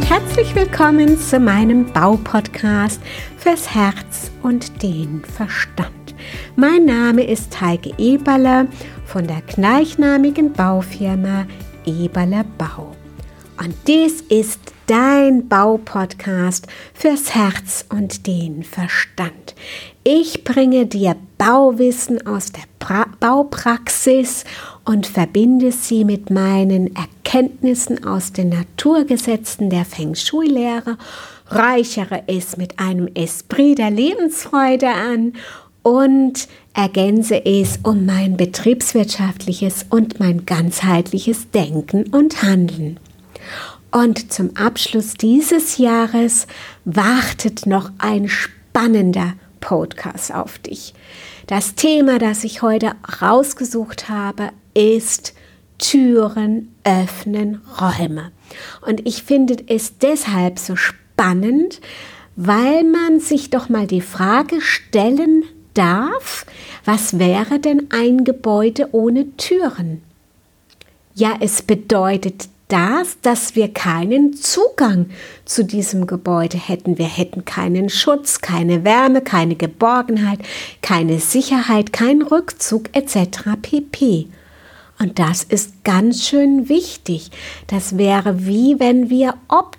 herzlich willkommen zu meinem Baupodcast fürs Herz und den Verstand. Mein Name ist Heike Eberle von der gleichnamigen Baufirma Eberle Bau. Und dies ist dein Baupodcast fürs Herz und den Verstand. Ich bringe dir Bauwissen aus der Baupraxis und verbinde sie mit meinen Erkenntnissen aus den Naturgesetzen der Feng Shui-Lehre, reichere es mit einem Esprit der Lebensfreude an und ergänze es um mein betriebswirtschaftliches und mein ganzheitliches Denken und Handeln. Und zum Abschluss dieses Jahres wartet noch ein spannender Podcast auf dich. Das Thema, das ich heute rausgesucht habe, ist Türen öffnen Räume. Und ich finde es deshalb so spannend, weil man sich doch mal die Frage stellen darf, was wäre denn ein Gebäude ohne Türen? Ja, es bedeutet dass wir keinen Zugang zu diesem Gebäude hätten. Wir hätten keinen Schutz, keine Wärme, keine Geborgenheit, keine Sicherheit, keinen Rückzug etc. pp. Und das ist ganz schön wichtig. Das wäre wie wenn wir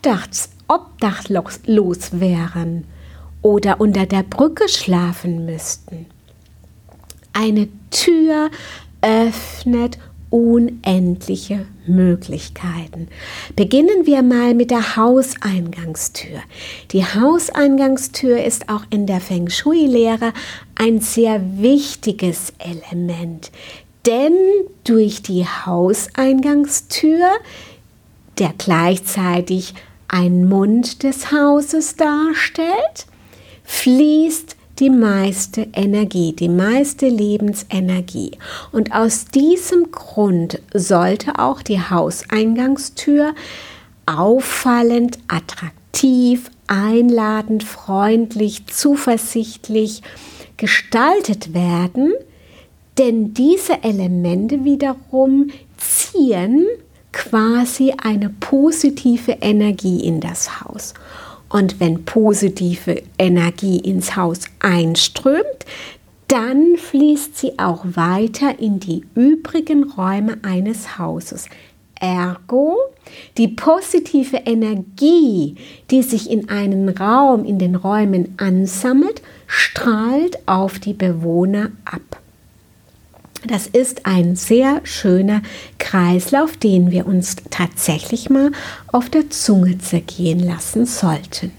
obdachlos wären oder unter der Brücke schlafen müssten. Eine Tür öffnet unendliche Möglichkeiten. Beginnen wir mal mit der Hauseingangstür. Die Hauseingangstür ist auch in der Feng Shui-Lehre ein sehr wichtiges Element, denn durch die Hauseingangstür, der gleichzeitig einen Mund des Hauses darstellt, fließt die meiste Energie, die meiste Lebensenergie. Und aus diesem Grund sollte auch die Hauseingangstür auffallend, attraktiv, einladend, freundlich, zuversichtlich gestaltet werden, denn diese Elemente wiederum ziehen quasi eine positive Energie in das Haus. Und wenn positive Energie ins Haus einströmt, dann fließt sie auch weiter in die übrigen Räume eines Hauses. Ergo, die positive Energie, die sich in einen Raum, in den Räumen ansammelt, strahlt auf die Bewohner ab. Das ist ein sehr schöner Kreislauf, den wir uns tatsächlich mal auf der Zunge zergehen lassen sollten.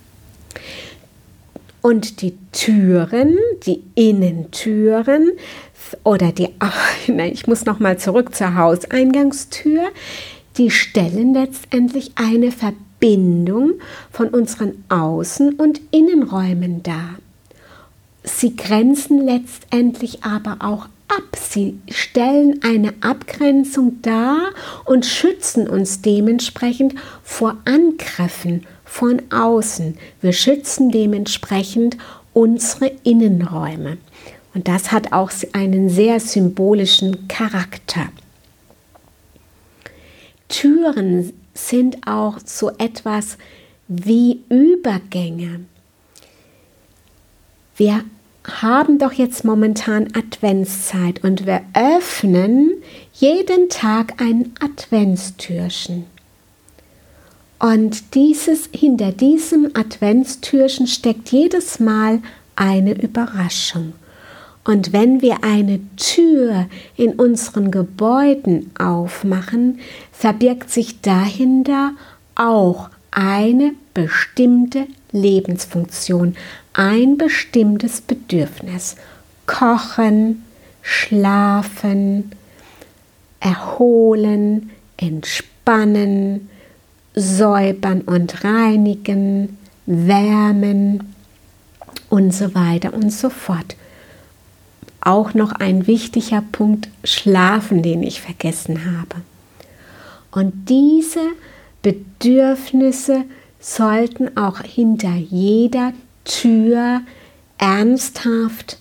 Und die Türen, die Innentüren oder ich muss noch mal zurück zur Hauseingangstür, die stellen letztendlich eine Verbindung von unseren Außen- und Innenräumen dar. Sie grenzen letztendlich aber auch ab. Sie stellen eine Abgrenzung dar und schützen uns dementsprechend vor Angriffen von außen. Wir schützen dementsprechend unsere Innenräume. Und das hat auch einen sehr symbolischen Charakter. Türen sind auch so etwas wie Übergänge. Wir haben doch jetzt momentan Adventszeit und wir öffnen jeden Tag ein Adventstürchen. Und hinter diesem Adventstürchen steckt jedes Mal eine Überraschung. Und wenn wir eine Tür in unseren Gebäuden aufmachen, verbirgt sich dahinter auch eine bestimmte Lebensfunktion, ein bestimmtes Bedürfnis. Kochen, schlafen, erholen, entspannen, säubern und reinigen, wärmen und so weiter und so fort. Auch noch ein wichtiger Punkt, Schlafen, den ich vergessen habe. Und diese Bedürfnisse sollten auch hinter jeder Tür ernsthaft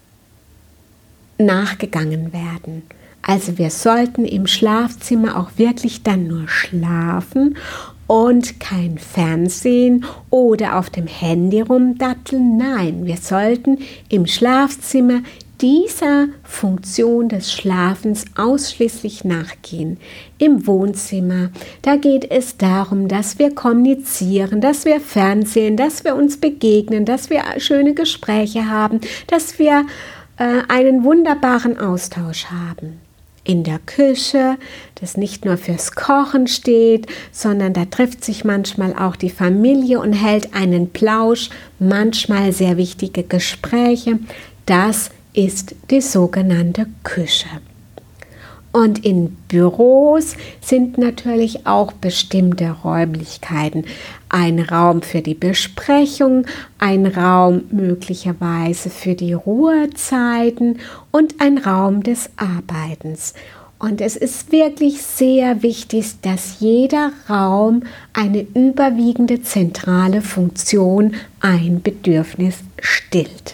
nachgegangen werden. Also wir sollten im Schlafzimmer auch wirklich dann nur schlafen und kein Fernsehen oder auf dem Handy rumdatteln. Nein, wir sollten im Schlafzimmer dieser Funktion des Schlafens ausschließlich nachgehen. Im Wohnzimmer, da geht es darum, dass wir kommunizieren, dass wir fernsehen, dass wir uns begegnen, dass wir schöne Gespräche haben, dass wir einen wunderbaren Austausch haben. In der Küche, das nicht nur fürs Kochen steht, sondern da trifft sich manchmal auch die Familie und hält einen Plausch, manchmal sehr wichtige Gespräche. Das ist die sogenannte Küche. Und in Büros sind natürlich auch bestimmte Räumlichkeiten. Ein Raum für die Besprechung, ein Raum möglicherweise für die Ruhezeiten und ein Raum des Arbeitens. Und es ist wirklich sehr wichtig, dass jeder Raum eine überwiegende zentrale Funktion, ein Bedürfnis stillt.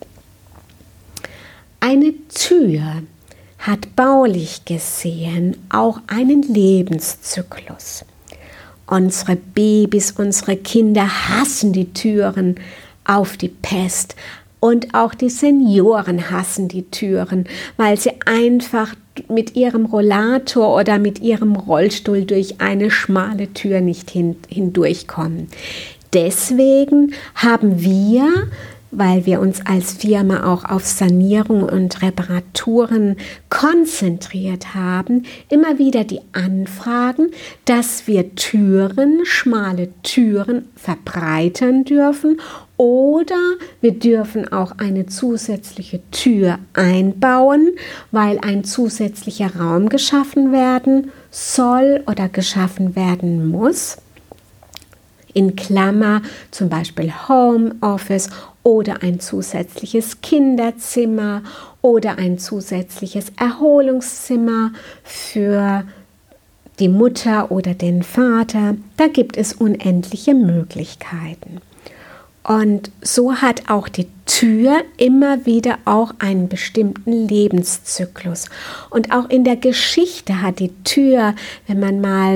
Eine Tür hat baulich gesehen auch einen Lebenszyklus. Unsere Babys, unsere Kinder hassen die Türen auf die Pest und auch die Senioren hassen die Türen, weil sie einfach mit ihrem Rollator oder mit ihrem Rollstuhl durch eine schmale Tür nicht hindurchkommen. Deswegen haben wir, weil wir uns als Firma auch auf Sanierung und Reparaturen konzentriert haben, immer wieder die Anfragen, dass wir Türen, schmale Türen verbreitern dürfen oder wir dürfen auch eine zusätzliche Tür einbauen, weil ein zusätzlicher Raum geschaffen werden soll oder geschaffen werden muss. In Klammer zum Beispiel Homeoffice oder ein zusätzliches Kinderzimmer oder ein zusätzliches Erholungszimmer für die Mutter oder den Vater. Da gibt es unendliche Möglichkeiten. Und so hat auch die Tür immer wieder auch einen bestimmten Lebenszyklus. Und auch in der Geschichte hat die Tür, wenn man mal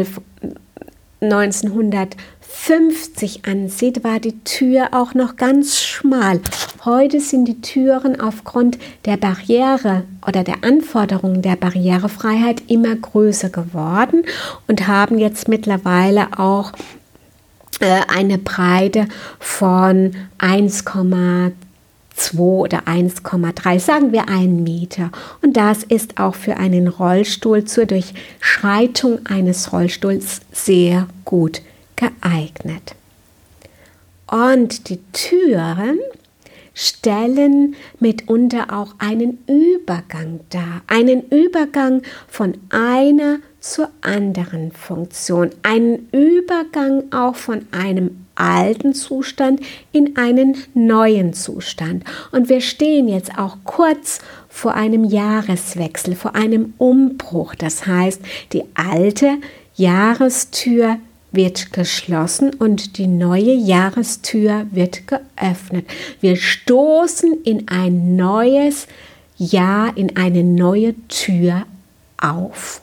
1950 ansieht, war die Tür auch noch ganz schmal. Heute sind die Türen aufgrund der Barriere oder der Anforderungen der Barrierefreiheit immer größer geworden und haben jetzt mittlerweile auch eine Breite von 1,2 oder 1,3, sagen wir 1 Meter. Und das ist auch für einen Rollstuhl zur Durchschreitung eines Rollstuhls sehr gut geeignet. Und die Türen stellen mitunter auch einen Übergang dar, einen Übergang von einer zur anderen Funktion, einen Übergang auch von einem alten Zustand in einen neuen Zustand. Und wir stehen jetzt auch kurz vor einem Jahreswechsel, vor einem Umbruch. Das heißt, die alte Jahrestür wird geschlossen und die neue Jahrestür wird geöffnet. Wir stoßen in ein neues Jahr, in eine neue Tür auf.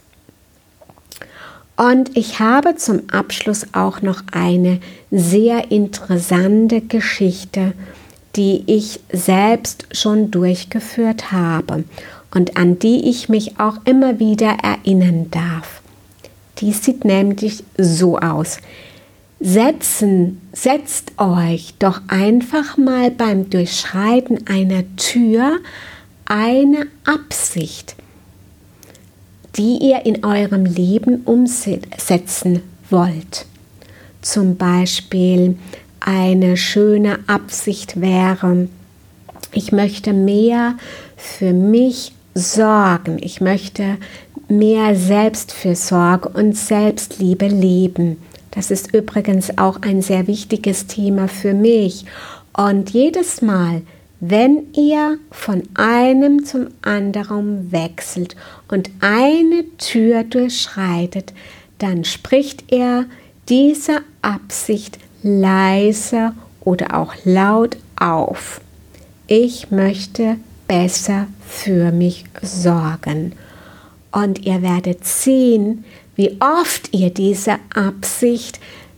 Und ich habe zum Abschluss auch noch eine sehr interessante Geschichte, die ich selbst schon durchgeführt habe und an die ich mich auch immer wieder erinnern darf. Die sieht nämlich so aus. Setzt euch doch einfach mal beim Durchschreiten einer Tür eine Absicht, die ihr in eurem Leben umsetzen wollt. Zum Beispiel eine schöne Absicht wäre, ich möchte mehr für mich sorgen, ich möchte mehr Selbstfürsorge und Selbstliebe leben. Das ist übrigens auch ein sehr wichtiges Thema für mich. Und jedes Mal, wenn ihr von einem zum anderen wechselt und eine Tür durchschreitet, dann spricht ihr diese Absicht leise oder auch laut auf. Ich möchte besser für mich sorgen. Und ihr werdet sehen, wie oft ihr diese Absicht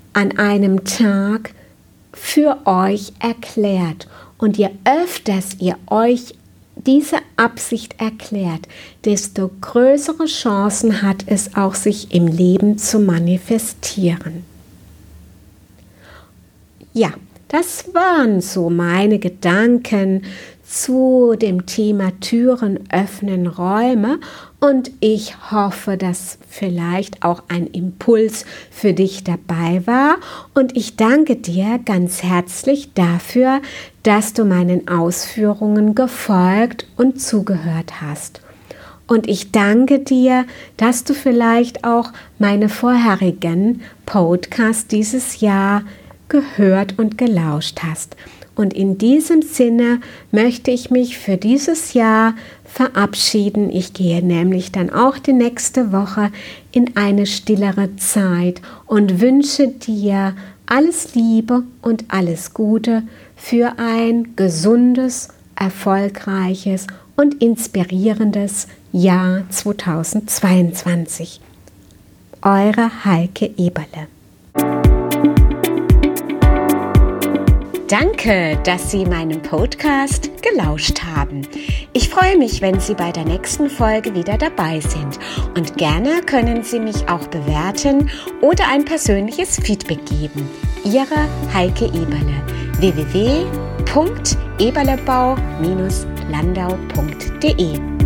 an einem Tag für euch erklärt. Und je öfters ihr euch diese Absicht erklärt, desto größere Chancen hat es auch, sich im Leben zu manifestieren. Ja, das waren so meine Gedanken zu dem Thema Türen öffnen, Räume, und ich hoffe, dass vielleicht auch ein Impuls für dich dabei war, und ich danke dir ganz herzlich dafür, dass du meinen Ausführungen gefolgt und zugehört hast. Und ich danke dir, dass du vielleicht auch meine vorherigen Podcasts dieses Jahr gehört und gelauscht hast. Und in diesem Sinne möchte ich mich für dieses Jahr verabschieden. Ich gehe nämlich dann auch die nächste Woche in eine stillere Zeit und wünsche dir alles Liebe und alles Gute für ein gesundes, erfolgreiches und inspirierendes Jahr 2022. Eure Heike Eberle. Danke, dass Sie meinem Podcast gelauscht haben. Ich freue mich, wenn Sie bei der nächsten Folge wieder dabei sind. Und gerne können Sie mich auch bewerten oder ein persönliches Feedback geben. Ihre Heike Eberle. www.eberlebau-landau.de